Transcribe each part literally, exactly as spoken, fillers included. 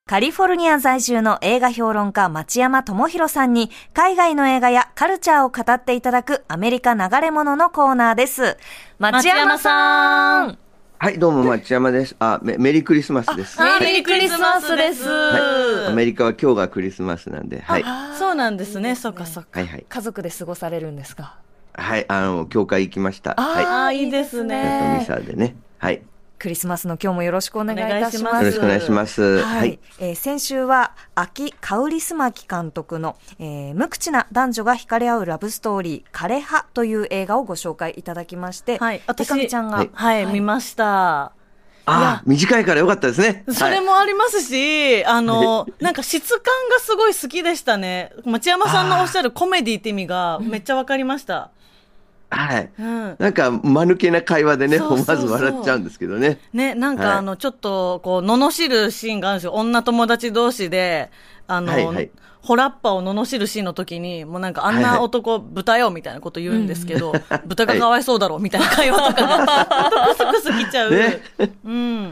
カリフォルニア在住の映画評論家町山智博さんに海外の映画やカルチャーを語っていただくアメリカ流れ物のコーナーです。町山さん。 はい、どうも町山です。あ、メ, メリークリスマスです。 メリークリスマスです。 はい、アメリカは今日がクリスマスなんで、はい。 そうなんですね。そっかそっか。 はいはい。 家族で過ごされるんですか？ はい、あの教会行きました。 あはい。 あ、いいですね。 ミサでね。はい。 クリスマスの今日もよろしくお願いいたします。 よろしくお願いします。 はい。はい、えー、先週は秋カウリスマキ監督の、えー、無口な男女が惹かれ合うラブストーリー枯葉という映画をご紹介いただきまして、 はい、 私かみちゃんが、 はい、はいはい、見ました。 ああ、短いからよかったですね。 それもありますし、はい、あの、なんか質感がすごい好きでしたね。町山さんのおっしゃるコメディって意味がめっちゃわかりました。 はい、うん。なんか、間抜けな会話でね、思わず笑っちゃうんですけどね。 ね、なんか、はい、あの、ちょっと、こう、罵るシーンがあるんですよ。女友達同士で、あの、はいはい、ホラッパを罵るシーンの時に、もうなんか、あんな男、はいはい、豚よ、みたいなこと言うんですけど、うん、豚がかわいそうだろ、みたいな会話とかで、クスクスきちゃう。ね、うん。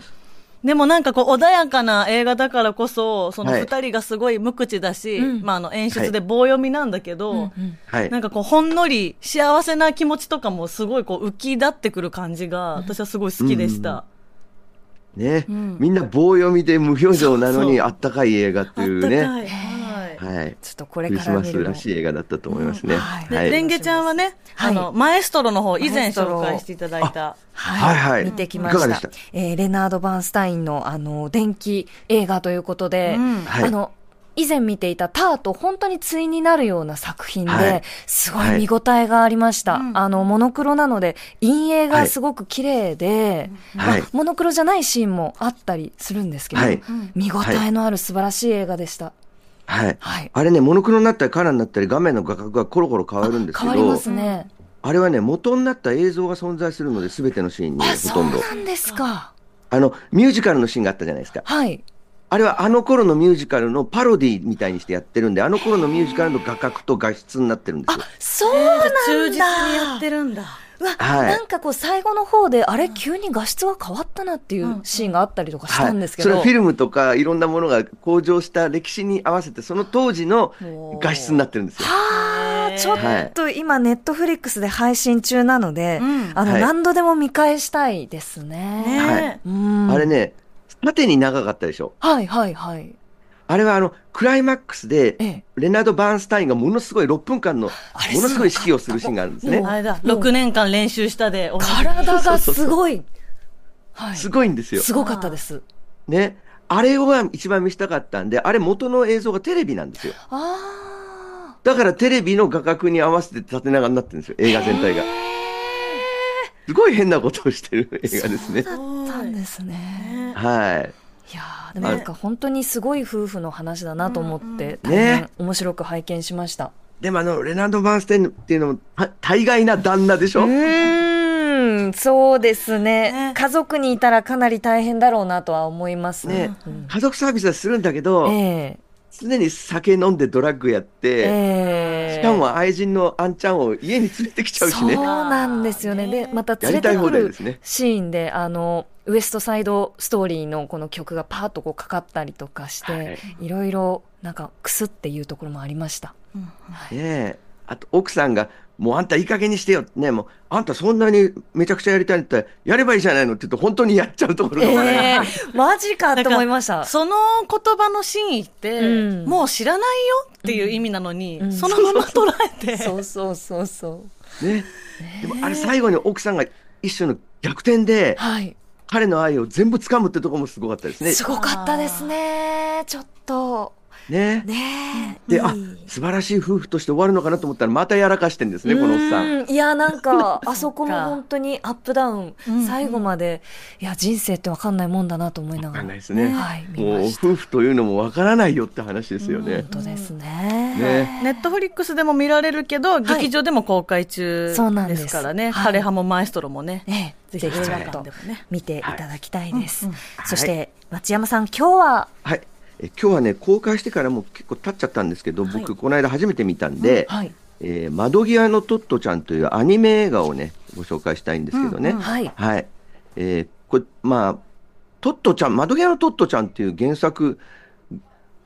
でもなんかこう穏やかな映画だからこそ、その二人がすごい無口だし、はい、まああの演出で棒読みなんだけど、はい、なんかこうほんのり幸せな気持ちとかもすごいこう浮き立ってくる感じが私はすごい好きでした。 うんうん、ね、うん、みんな棒読みで無表情なのにあったかい映画っていうね。 あったかい。 はい。 ちょっとこれから見るの。 クリスマスらしい映画だったと思いますね。うん、 はい。で、レンゲちゃんはね、はい、あの、マエストロの方、以前紹介していただいた。 はい、はいはい。見てきました。いかがでした？えー、レナード・バーンスタインの、あの、電気映画ということで、うん、あの、以前見ていたターと本当に対になるような作品で、はい、すごい見応えがありました。はい、あの、モノクロなので、陰影がすごく綺麗で、はいまあ、モノクロじゃないシーンもあったりするんですけど、はい、見応えのある素晴らしい映画でした。 はいはい、あれね、モノクロになったりカラーになったり画面の画角がコロコロ変わるんですけど、 変わりますね。 あれはね、元になった映像が存在するので、全てのシーンにほとんど。 そうなんですか。 あのミュージカルのシーンがあったじゃないですか。 はい。 あれはあの頃のミュージカルのパロディみたいにしてやってるんで、あの頃のミュージカルの画角と画質になってるんですよ。 あ、そうなんだ。 忠実にやってるんだ。 うわ、はい、なんかこう最後の方であれ急に画質が変わったなっていうシーンがあったりとかしたんですけど、 はい、それはフィルムとかいろんなものが向上した歴史に合わせてその当時の画質になってるんですよ。 はあ、ちょっと今ネットフリックスで配信中なので、うん、あの、はい、何度でも見返したいですね。 はい、うん、あれね、縦に長かったでしょ。 はいはいはい。 あれはあのクライマックスで、ええ、レナード・バーンスタインがものすごいろっぷんかんのものすごい指揮をするシーンがあるんですね。 あれだ、ろくねんかん練習したで体がすごい、 はい、すごいんですよ。 すごかったです。 ね、あれを一番見せたかったんで、あれ元の映像がテレビなんですよ。 あだからテレビの画角に合わせて縦長になってるんですよ、映画全体が。すごい変なことをしてる映画ですね。 そうだったんですね。 はい。 いやー、でもなんか本当にすごい夫婦の話だなと思って、大変面白く拝見しました。ね、 でもあのレナード・バーンスタインっていうのも大概な旦那でしょ。 うーん、そうですね、ね。家族にいたらかなり大変だろうなとは思いますね。 うん、家族サービスはするんだけど、えー常に酒飲んでドラッグやって、えー、しかも愛人のあんちゃんを家に連れてきちゃうしね。 そうなんですよね。でまた連れてくるシーンで、あのウエストサイドストーリーのこの曲がパーッとこうかかったりとかして、はい、いろいろなんかクスっていうところもありました。うんはい、 ねえ、あと奥さんがもうあんたいい加減にしてよってね、もうあんたそんなにめちゃくちゃやりたいんだったらやればいいじゃないのって言うと本当にやっちゃうところが、ねえー、マジかと思いました。 その言葉の真意って、うん、もう知らないよっていう意味なのに、うん、そのまま捉えて、 そうそうそうそうね。でもあれ最後に奥さんが一種の逆転で、はい、彼の愛を全部掴むってところもすごかったですね。 すごかったですね。ちょっとねねで、あ、素晴らしい夫婦として終わるのかなと思ったらまたやらかしてんですね、このおっさん。 いや、なんかあそこも本当にアップダウン、うん、最後まで、いや人生って分かんないもんだなと思いながら。 分かんないですね、 はい、 もう夫婦というのも分からないよって話ですよね。 本当ですね。 ね、 ネットフリックスでも見られるけど、はい、劇場でも公開中ですからね。枯葉もマエストロもね、 ええ、ぜひちょっと見ていただきたいです。 はい、 そして町山さん、今日は、 はい、え今日はね、公開してからもう結構経っちゃったんですけど、はい、僕この間初めて見たんで、うんはい、えー、窓際のトットちゃんというアニメ映画をねご紹介したいんですけどね、うんうん、はいはい、えー、これまあトットちゃん、窓際のトットちゃんっていう原作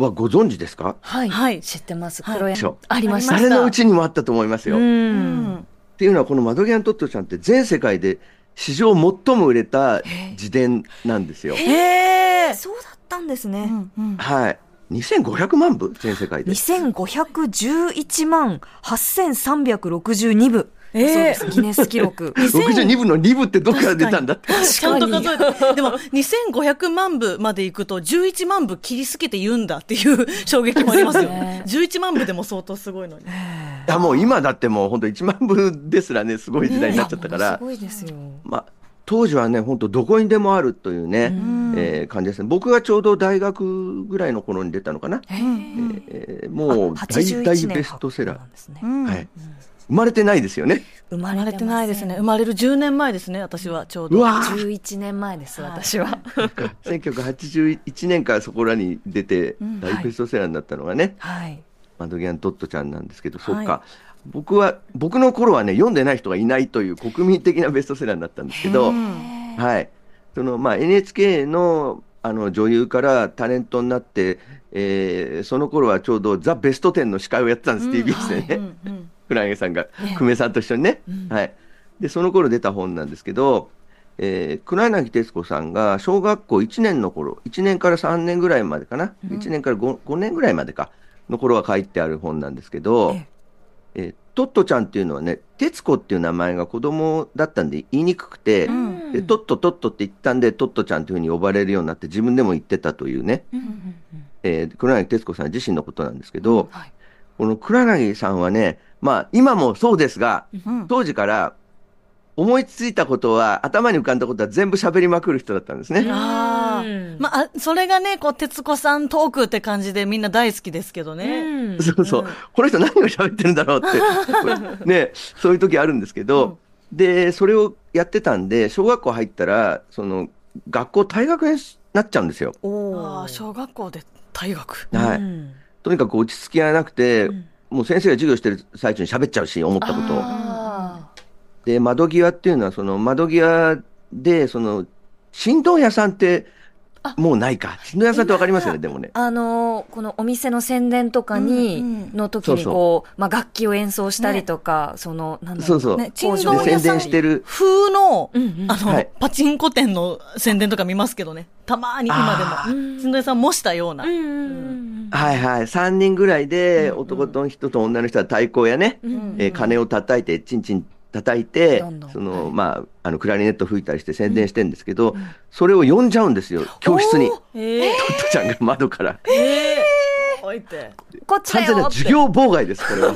はご存知ですか？ はい、はい、知ってます。黒柳、 はい、 ありました。 誰のうちにもあったと思いますよ。 うんっていうのは、この窓際のトットちゃんって全世界で史上最も売れた自伝なんですよ。 へー、そうだったんですね。 うんうん、 はい。にせんごひゃくまんぶ全世界で。 にせんごひゃくじゅういちまんはっせんさんびゃくろくじゅうにぶ。えー、そうです。ギネス記録。 ろくじゅうにぶのにぶってどっから出たんだって。 ちゃんと数えて。でも、にせんごひゃくまんぶまでいくと、じゅういちまんぶ切りすぎて言うんだっていう衝撃もありますよね。じゅういちまんぶでも相当すごいのに。いや、もう今だってもう本当いちまんぶですらね、すごい時代になっちゃったから。 すごいですよ。 まあ、当時はね、本当どこにでもあるというね、えー、感じですね。僕がちょうど大学ぐらいの頃に出たのかな。えー、もう大大ベストセラー。はい。生まれてないですよね。 生まれてないですね。生まれるじゅうねんまえですね、私はちょうど。 うわじゅういちねんまえです、私は。 せんきゅうひゃくはちじゅういちねんからそこらに出て、大ベストセラーになったのがね、はい、窓際のトットちゃんなんですけど、そっか、はい、僕は、僕の頃はね、読んでない人がいないという国民的なベストセラーになったんですけど、はい。その、まあ、エヌエイチケー の、あの、女優からタレントになって、えー、その頃はちょうどザ・ベストテンの司会をやってたんです、うん、ティービーエス でね。うんうん黒柳さんが、久米さんと一緒にね、うん、はい。で、その頃出た本なんですけど、えー、黒柳徹子さんが小学校いちねんの頃、いちねんからさんねんぐらいまでかな、うん、いちねんから 5, ごねんぐらいまでか、の頃は書いてある本なんですけど、ええー、トットちゃんっていうのはね、徹子っていう名前が子供だったんで言いにくくて、うん、でトットトットって言ったんで、トットちゃんというふうに呼ばれるようになって自分でも言ってたというね、うんうんうんえー、黒柳徹子さん自身のことなんですけど、うんはい、この黒柳さんはね、まあ今もそうですが、うん、当時から思いついたことは、頭に浮かんだことは全部喋りまくる人だったんですね。 ああ。まあ、それがね、こう、徹子さんトークって感じでみんな大好きですけどね。 うん、そうそう、うん。この人何を喋ってるんだろうって。ね、そういう時あるんですけど、うん、で、それをやってたんで、小学校入ったら、その、学校退学になっちゃうんですよ。 ああ、小学校で退学。 はい。うん、とにかく落ち着きがなくて、うんもう先生が授業してる最中に喋っちゃうし、思ったことを。で、窓際っていうのは、その窓際で、その、新聞屋さんって、もうないか。新聞屋さんってわかりますよね、でもね。 あのー、このお店の宣伝とかに、うんうん、の時にこう、まあ、楽器を演奏したりとか、ね、その、なんだろう。 そうそう。 ね、新聞屋さん風の、うんうん、あの、はい、パチンコ店の宣伝とか見ますけどね。たまーに今でも。新聞屋さん模したような。うんうんはいはい。さんにんぐらいで、男の人と女の人は太鼓やね、うんうんえー、鐘を叩いて、チンチン叩いて、どんどんその、はい、まあ、あの、クラリネット吹いたりして宣伝してるんですけど、うん、それを呼んじゃうんですよ、教室に。トットちゃんが窓から。 えー、置いて。 こっちだよ完全な授業妨害です、これは。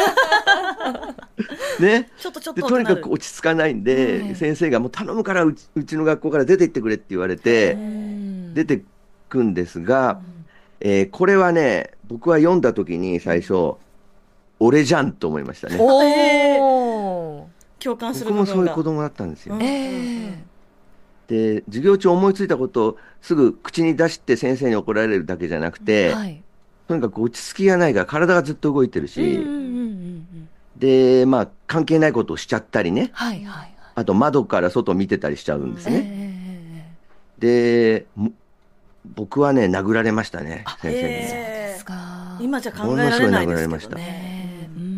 ね。 ちょっとちょっとでとにかく落ち着かないんで、うん、先生がもう頼むからうち、うちの学校から出て行ってくれって言われて、出てくんですが、うんえー、これはね、僕は読んだ時に最初、俺じゃんと思いましたね。 おー共感する部分が。 僕もそういう子供だったんですよ。えー、で、授業中思いついたことをすぐ口に出して先生に怒られるだけじゃなくて、はい、とにかく落ち着きがないから体がずっと動いてるし、うんうんうんうん、で、まあ関係ないことをしちゃったりね、はいはいはい、あと窓から外見てたりしちゃうんですね。えー、で、僕はね、殴られましたね、先生に。 そうですか。今じゃ考えられないですけどね。 うん、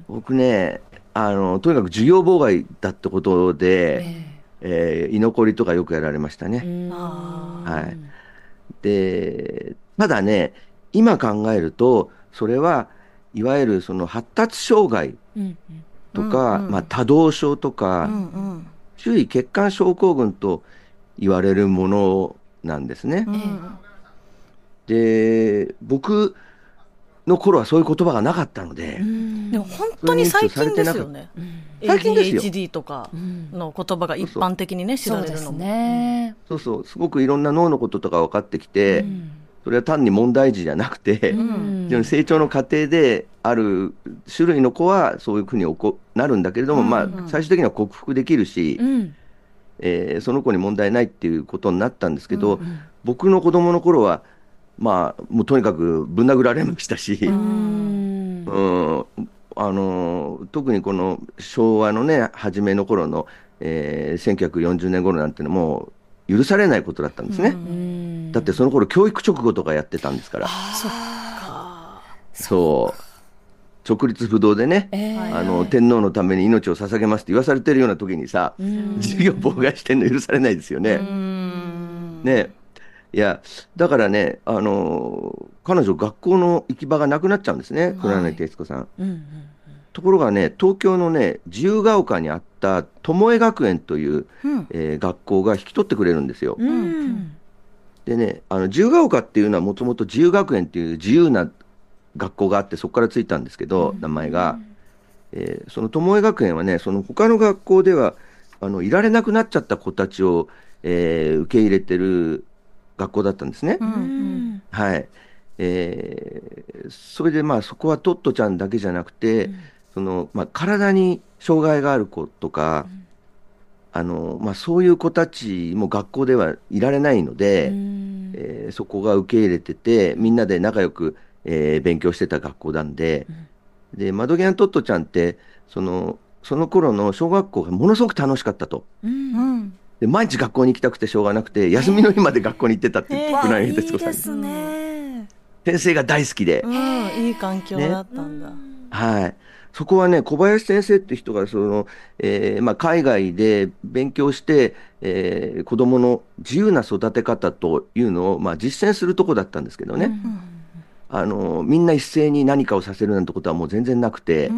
僕ね、あの、とにかく授業妨害だってことで、えー、居残りとかよくやられましたね。はい。で、ただね、今考えると、それはいわゆるその発達障害とか、うんうん、まあ多動症とか、うんうん、注意欠陥症候群と言われるものなんですね。うん、で、僕の頃はそういう言葉がなかったので、 うん、でも本当に最近ですよね。 最近ですよ。 エーディーエイチディー とかの言葉が一般的にね、知られるのも。ね、 そうそう、すごくいろんな脳のこととか分かってきて、うん、それは単に問題児じゃなくて、うん、成長の過程である種類の子はそういうふうになるんだけれども、うん、まあ最終的には克服できるし、うんえー、その子に問題ないっていうことになったんですけど、うんうん、僕の子供の頃はまあもうとにかくぶん殴られましたし、うん、うんあの特にこの昭和のね初めの頃の、えー、せんきゅうひゃくよんじゅうねん頃なんてのも許されないことだったんですね。うんだってその頃教育直後とかやってたんですから。 そっか。 そう直立不動でね、えー、あの天皇のために命を捧げますって言わされてるような時にさ、授業妨害してんの許されないですよね。ね、いやだからね、あの彼女学校の行き場がなくなっちゃうんですね、黒柳徹子さん、うんうんうん、ところがね、東京のね自由が丘にあった巴学園という、うんえー、学校が引き取ってくれるんですよ、うん、でね、あの自由が丘っていうのはもともと自由学園っていう自由な学校があって、そこからついたんですけど、名前が、えー、その巴学園はね、その他の学校ではあのいられなくなっちゃった子たちを、えー、受け入れてる学校だったんですね、うん、はい、えー、それでまあそこはトットちゃんだけじゃなくて、うん、そのまあ、体に障害がある子とか、うん、あのまあ、そういう子たちも学校ではいられないので、うん、えー、そこが受け入れてて、みんなで仲良くえー、勉強してた学校なんで、うん、でマドギャントットちゃんってそのその頃の小学校がものすごく楽しかったと、うん、で毎日学校に行きたくてしょうがなくて、休みの日まで学校に行ってたって黒柳徹子さん、いいですね、先生が大好きで、 うん、いい環境だったんだ、ね、 はい、そこはね、小林先生って人がその、えーまあ、海外で勉強して、えー、子どもの自由な育て方というのを、まあ、実践するとこだったんですけどね、うん、あのみんな一斉に何かをさせるなんてことはもう全然なくて、うん、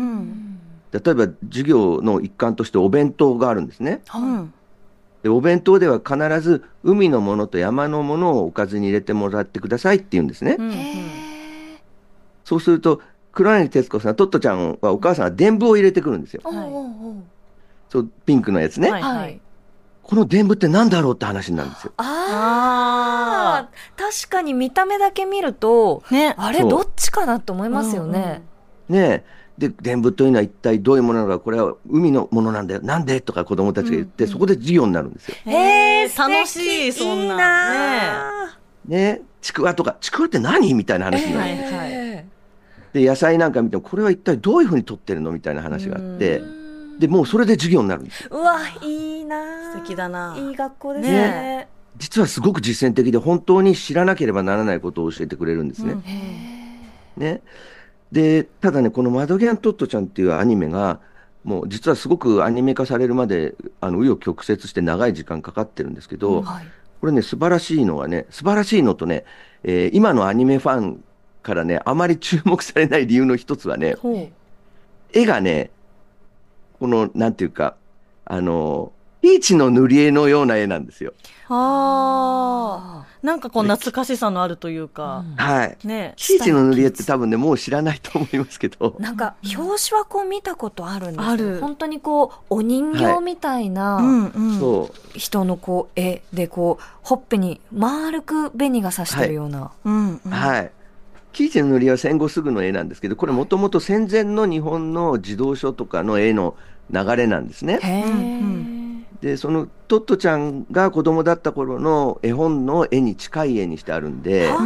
例えば授業の一環としてお弁当があるんですね、うん、でお弁当では必ず海のものと山のものをおかずに入れてもらってくださいって言うんですね、うん、そうすると黒柳徹子さん、トットちゃんはお母さんが伝部を入れてくるんですよ、はい、そうピンクのやつね、はいはい、この伝部って何だろうって話になるんですよ。 ああ、確かに見た目だけ見ると、ね、あれどっちかなと思いますよね。 うんうん、ねえ、で伝部というのは一体どういうものなのか、これは海のものなんだよ、なんでとか子供たちが言って、うんうん、そこで授業になるんですよ。 へえ、楽しい、そんなねえ、ちくわとか、ちくわって何みたいな話になるんですよ、はいはい、で野菜なんか見てもこれは一体どういうふうに取ってるのみたいな話があって、でもうそれで授業になるんですよ。 うわ、いいな、 素敵だな、 いい学校ですね。ね、 実はすごく実践的で本当に知らなければならないことを教えてくれるんですね。うん、ね、でただね、このマドギャントットちゃんっていうアニメがもう実はすごくアニメ化されるまであの紆余曲折して長い時間かかってるんですけど、うん、はい、これね、素晴らしいのがね、素晴らしいのとね、えー、今のアニメファンからねあまり注目されない理由の一つはね、絵がね、このなんていうか、あのピーチの塗り絵のような絵なんですよ。 ああ、なんかこう懐かしさのあるというか、 うん、はいね、ピーチの塗り絵って多分ねもう知らないと思いますけど、 なんか表紙はこう見たことあるんですよ、うん、本当にこうお人形みたいな、はい、うんうん、人のこう絵でこうほっぺに丸く紅がさしてるような、はい、うんうん、 はい、ピーチの塗り絵は戦後すぐの絵なんですけど、これもともと戦前の日本の児童書とかの絵の流れなんですね。へー、うん、でそのトットちゃんが子供だった頃の絵本の絵に近い絵にしてあるんで、うん、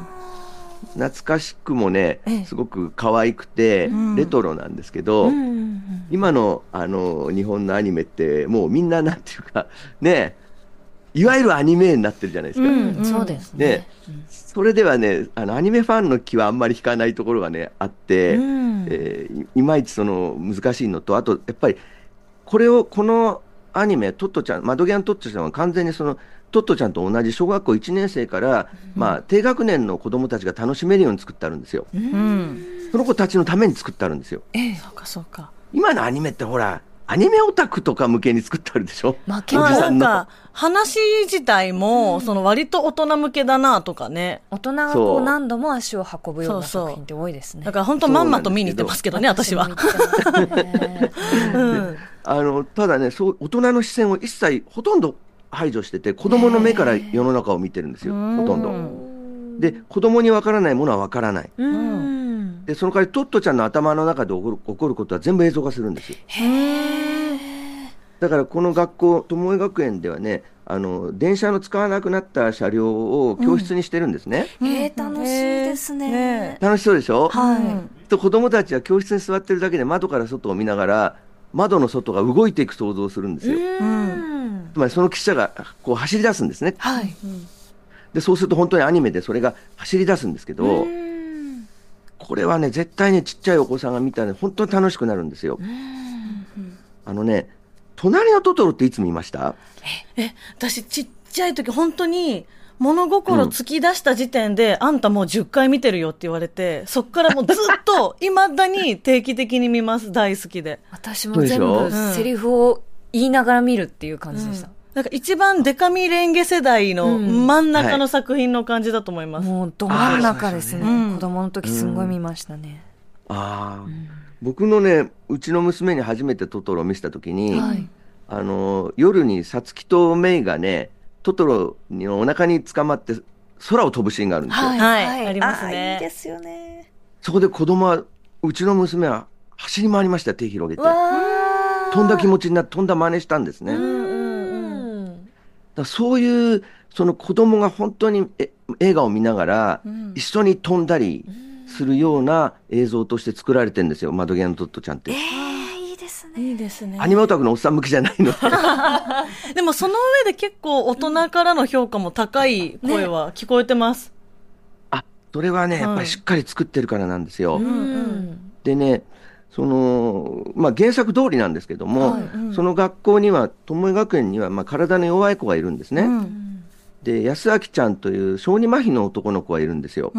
懐かしくもねすごく可愛くてレトロなんですけど、うん、今 の, あの日本のアニメってもうみんななんていうかね、いわゆるアニメになってるじゃないですか、うん、 そうですね。 ね、それではね、あのアニメファンの気はあんまり引かないところがねあって、うん、えー、い, いまいちその難しいのと、あとやっぱりこれをこのアニメトットちゃん、マドギャントットちゃんは完全にそのトットちゃんと同じ小学校いちねん生から、うん、まあ、低学年の子どもたちが楽しめるように作ってあるんですよ、うん、その子たちのために作ってあるんですよ。 ええ、そうかそうか。 今のアニメってほらアニメオタクとか向けに作ってあるでしょ。 まあ、なんか話自体も、うん、その割と大人向けだなとかね、 大人がこう何度も足を運ぶような作品って多いですね。そうそう、 だから本当まんまと見に行ってますけどね、私は。 あのただね、そう大人の視線を一切ほとんど排除してて、子供の目から世の中を見てるんですよ、ほとんど。で子供にわからないものはわからない。うん、でその代わりトットちゃんの頭の中で起こる、起こることは全部映像化するんですよ。へー。だからこの学校巴学園ではね、あの電車の使わなくなった車両を教室にしてるんですね、 うん、えー、楽しいですね。 楽しそうでしょ、はい、と子供たちは教室に座ってるだけで窓から外を見ながら窓の外が動いていく想像をするんですよ。うん、つまりその汽車がこう走り出すんですね、はい、 でそうすると本当にアニメでそれが走り出すんですけど、これはね絶対ねちっちゃいお子さんが見たら本当に楽しくなるんですよ。あのね隣のトトロっていつ見ました？ え、え私ちっちゃい時本当に物心つき出した時点で、うん、あんたもうじゅっかい見てるよって言われて、そっからもうずっといまだに定期的に見ます。大好きで。 私も全部セリフを言いながら見るっていう感じでした。うん、 なんか一番デカミレンゲ世代の真ん中の作品の感じだと思います。 うんはい、もうど真ん中ですね。うん、子供の時すんごい見ましたね。 うん、ああ、うん、僕のねうちの娘に初めてトトロを見せた時に、はい、あの夜にサツキとメイがねトトロのお腹に捕まって空を飛ぶシーンがあるんですよ。 はい、はいはい、ありますね。 いいですよね。 そこで子供は、うちの娘は走り回りました、手広げて。飛んだ気持ちになって飛んだ真似したんですね。うんうん、だそういうその子供が本当に映画を見ながら、うん、一緒に飛んだりするような映像として作られてるんですよ、窓際のトットちゃんって。 えーいいですね。 アニメオタクのおっさん向きじゃないのででもその上で結構大人からの評価も高い声は聞こえてます、ね、 あ、それはねやっぱりしっかり作ってるからなんですよ、うんうん、でねその、まあ、原作通りなんですけども、はいうん、その学校には友恵学園にはまあ体の弱い子がいるんですね、うん、で安明ちゃんという小児麻痺の男の子がいるんですよ、うん、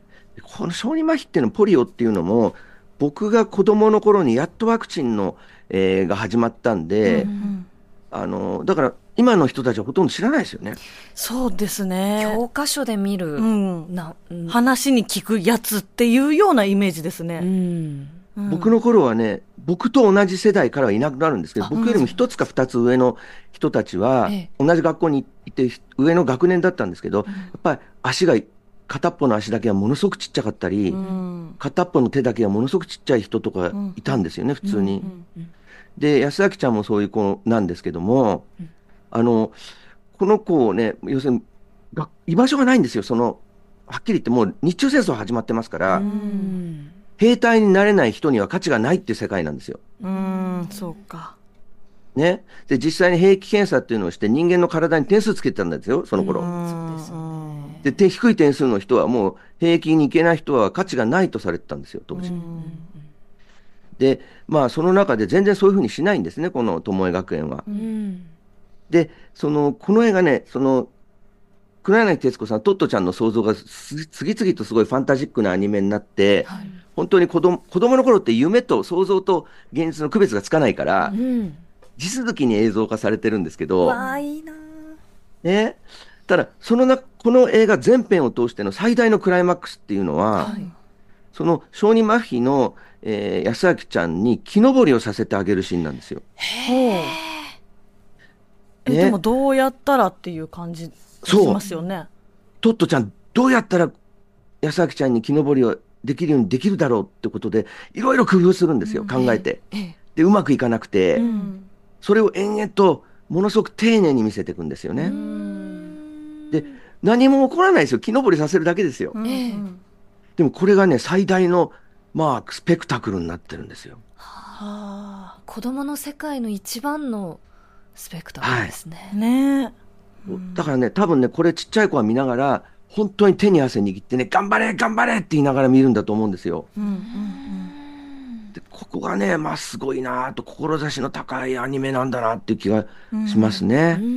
この小児麻痺っていうのポリオっていうのも僕が子供の頃にやっとワクチンの、えー、が始まったんで、うんうん、あのだから今の人たちはほとんど知らないですよね。 そうですね。 教科書で見る、うん、なうん、話に聞くやつっていうようなイメージですね、うんうん、僕の頃はね僕と同じ世代からはいなくなるんですけど、僕よりも一つか二つ上の人たちは、うん、同じ学校にいて上の学年だったんですけど、うん、やっぱり足が片っぽの足だけはものすごくちっちゃかったり、うん、片っぽの手だけはものすごくちっちゃい人とかいたんですよね、うん、普通に、うんうんうん、で安明ちゃんもそういう子なんですけども、うん、あのこの子をね要するに居場所がないんですよ。そのはっきり言ってもう日中戦争始まってますから、うん、兵隊になれない人には価値がないっていう世界なんですよ。 うーんそうかね、で実際に兵役検査っていうのをして人間の体に点数つけてたんですよその頃。 そうですよね。 で低い点数の人はもう兵役に行けない人は価値がないとされてたんですよ当時。でまあその中で全然そういうふうにしないんですねこの友恵学園は。でそのこの映画ねその黒柳徹子さんトットちゃんの想像が次々とすごいファンタジックなアニメになって、はい、本当に子供、子供の頃って夢と想像と現実の区別がつかないから、うん、地続きに映像化されてるんですけど、 わーいいなね、ただそのなこの映画全編を通しての最大のクライマックスっていうのは、はい、その小児麻痺の、えー、安明ちゃんに木登りをさせてあげるシーンなんですよ。 へー、え、ね、でもどうやったらっていう感じしますよね。 トットちゃんどうやったら安明ちゃんに木登りをできるようにできるだろうってことでいろいろ工夫するんですよ、うん、考えて、ええ、でうまくいかなくて、うん、それを延々とものすごく丁寧に見せていくんですよね。うん、で何も起こらないですよ、木登りさせるだけですよ、うん、でもこれがね最大のまあスペクタクルになってるんですよ。 はあ、子供の世界の一番のスペクタクルですね、 はい、ね、 うん、だからね多分ねこれちっちゃい子は見ながら本当に手に汗握ってね頑張れ頑張れって言いながら見るんだと思うんですよ、うんうんうん、でここがねまあすごいなと志の高いアニメなんだなっていう気がしますね、うん、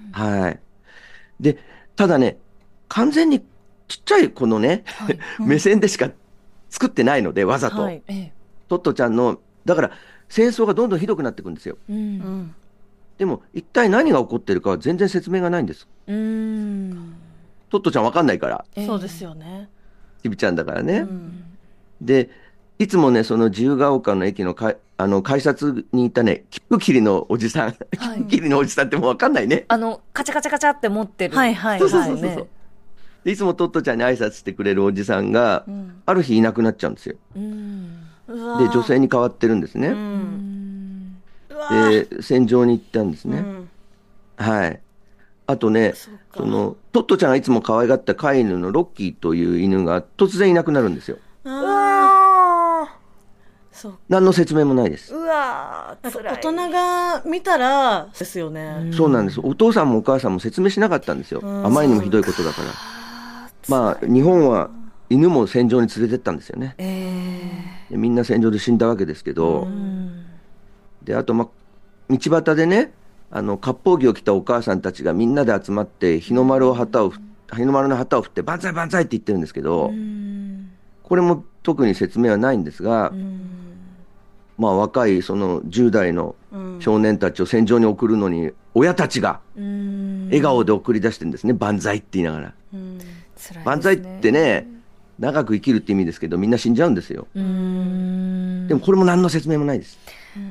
はいでただね完全にちっちゃい子のね、はいうん、目線でしか作ってないのでわざと、はい、トットちゃんのだから戦争がどんどんひどくなっていくんですよ、うんうん、でも一体何が起こってるかは全然説明がないんです。うーんトットちゃん分かんないから、 えー、そうですよねちびちゃんだからね、うん、でいつもねその自由が丘の駅のかあの改札にいたね切符切りのおじさん、はい、切符切りのおじさんってもう分かんないね、 あのカチャカチャカチャって持ってる、 はいはいそうそうそうそう、はいね、でいつもトットちゃんに挨拶してくれるおじさんが、うん、ある日いなくなっちゃうんですよ、うん、で女性に変わってるんですね、うん、で戦場に行ったんですね、うん、はいあとね、そのトットちゃんがいつも可愛がった飼い犬のロッキーという犬が突然いなくなるんですよ。 あ何の説明もないです。 うわー、大人が見たらですよね。 そうなんです。お父さんもお母さんも説明しなかったんですよ。あまりにもひどいことだから。まあ日本は犬も戦場に連れてったんですよね。えー、でみんな戦場で死んだわけですけど、であと、ま、道端でね、あの割烹着を着たお母さんたちがみんなで集まって日の丸を旗を日の丸の旗を振って万歳万歳って言ってるんですけど、これも特に説明はないんですが、まあ、若いそのじゅう代の少年たちを戦場に送るのに親たちが笑顔で送り出してるんですね。万歳って言いながら、うん辛いですね、万歳ってね長く生きるって意味ですけどみんな死んじゃうんですよ。うーんでもこれも何の説明もないです、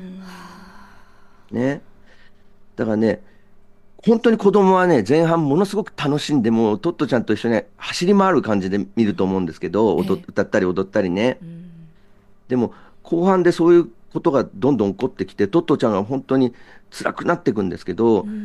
ね、だからね本当に子供はね前半ものすごく楽しんでもうトットちゃんと一緒に走り回る感じで見ると思うんですけど、ええ、歌ったり踊ったりね、うん、でも後半でそういうことがどんどん起こってきてトットちゃんが本当に辛くなっていくんですけど、うん、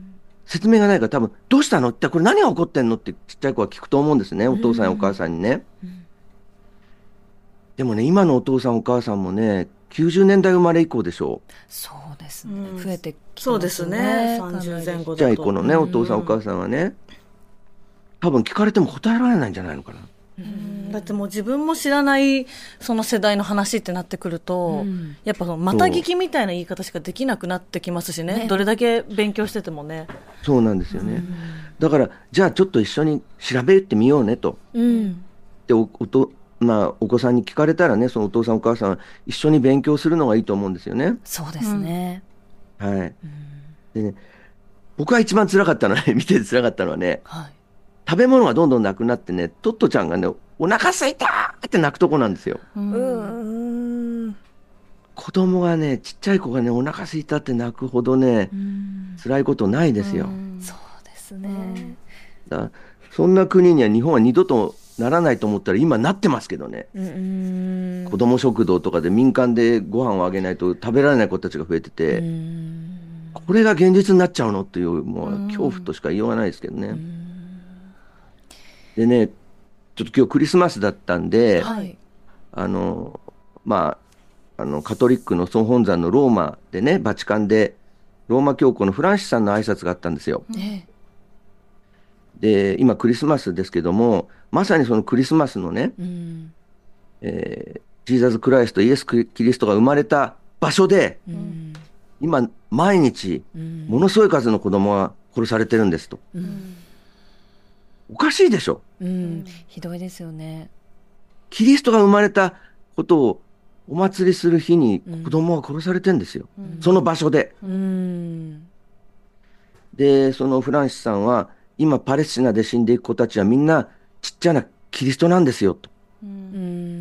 説明がないから多分どうしたのってこれ何が起こってんのってちっちゃい子は聞くと思うんですね、お父さんやお母さんにね、うん、でもね今のお父さんお母さんもねきゅうじゅうねんだい生まれ以降でしょう。 そうですね、うん、増えてきてますね。 そうですね、さんじゅうぜん後だとちっちゃい子のねお父さんお母さんはね多分聞かれても答えられないんじゃないのかな。 うんだってもう自分も知らないその世代の話ってなってくると、うん、やっぱそのまた聞きみたいな言い方しかできなくなってきますし ね, ねどれだけ勉強しててもね。 そうなんですよね、うん、だからじゃあちょっと一緒に調べてみようねと、うん、で お, お, と、まあ、お子さんに聞かれたらねそのお父さんお母さんは一緒に勉強するのがいいと思うんですよね。 そうですね、 うん、はい、うん、でね僕が一番辛かったのはね見てて辛かったのはね、はい、食べ物がどんどんなくなってねトットちゃんがねお腹空いたって泣くとこなんですよ。うーん子供がねちっちゃい子がねお腹空いたって泣くほどね辛いことないですよ。 そうですね。 だそんな国には日本は二度とならないと思ったら今なってますけどね。うーん子供食堂とかで民間でご飯をあげないと食べられない子たちが増えてて、うーんこれが現実になっちゃうのっていうもう恐怖としか言いようがないですけどね。でねちょっと今日クリスマスだったんで、はい、あのまああのカトリックの総本山のローマでねバチカンでローマ教皇のフランシスさんの挨拶があったんですよ、ね、で今クリスマスですけどもまさにそのクリスマスのね、うんえー、ジーザス・クライストイエス・キリストが生まれた場所で、うん、今毎日ものすごい数の子供が殺されてるんですと、うんおかしいでしょ、 うん、ひどいですよね。 キリストが生まれたことをお祭りする日に子供が殺されてるんですよ、うん、その場所で、うん、でそのフランシスさんは今パレスチナで死んでいく子たちはみんなちっちゃなキリストなんですよと、うん、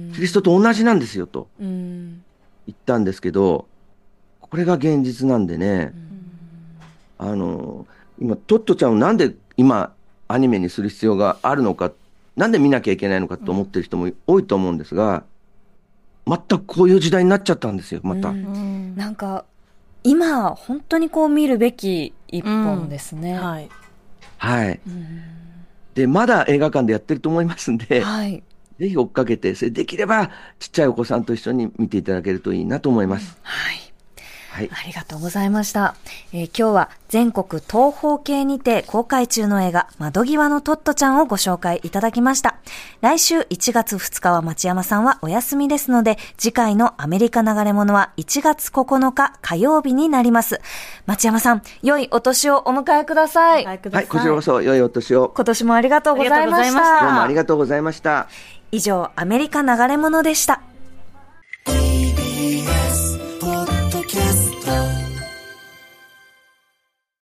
キリストと同じなんですよと言ったんですけどこれが現実なんでね、あの今トットちゃんをなんで今アニメにする必要があるのかなんで見なきゃいけないのかと思ってる人も多いと思うんですが、うん、全くこういう時代になっちゃったんですよまた、うん、 なんか今本当にこう見るべき一本ですね、うん、はい、 はいうん、でまだ映画館でやってると思いますんで、はい、ぜひ追っかけてそれできればちっちゃいお子さんと一緒に見ていただけるといいなと思います、うんはいはい、ありがとうございました、えー、今日は全国東宝系にて公開中の映画窓際のトットちゃんをご紹介いただきました。来週いちがつふつかは町山さんはお休みですので次回のアメリカ流れ物はいちがつここのか火曜日になります。町山さん良いお年をお迎えください。 はいこちらこそ良いお年を。 今年もありがとうございました。 どうもありがとうございました。 以上アメリカ流れ物でした。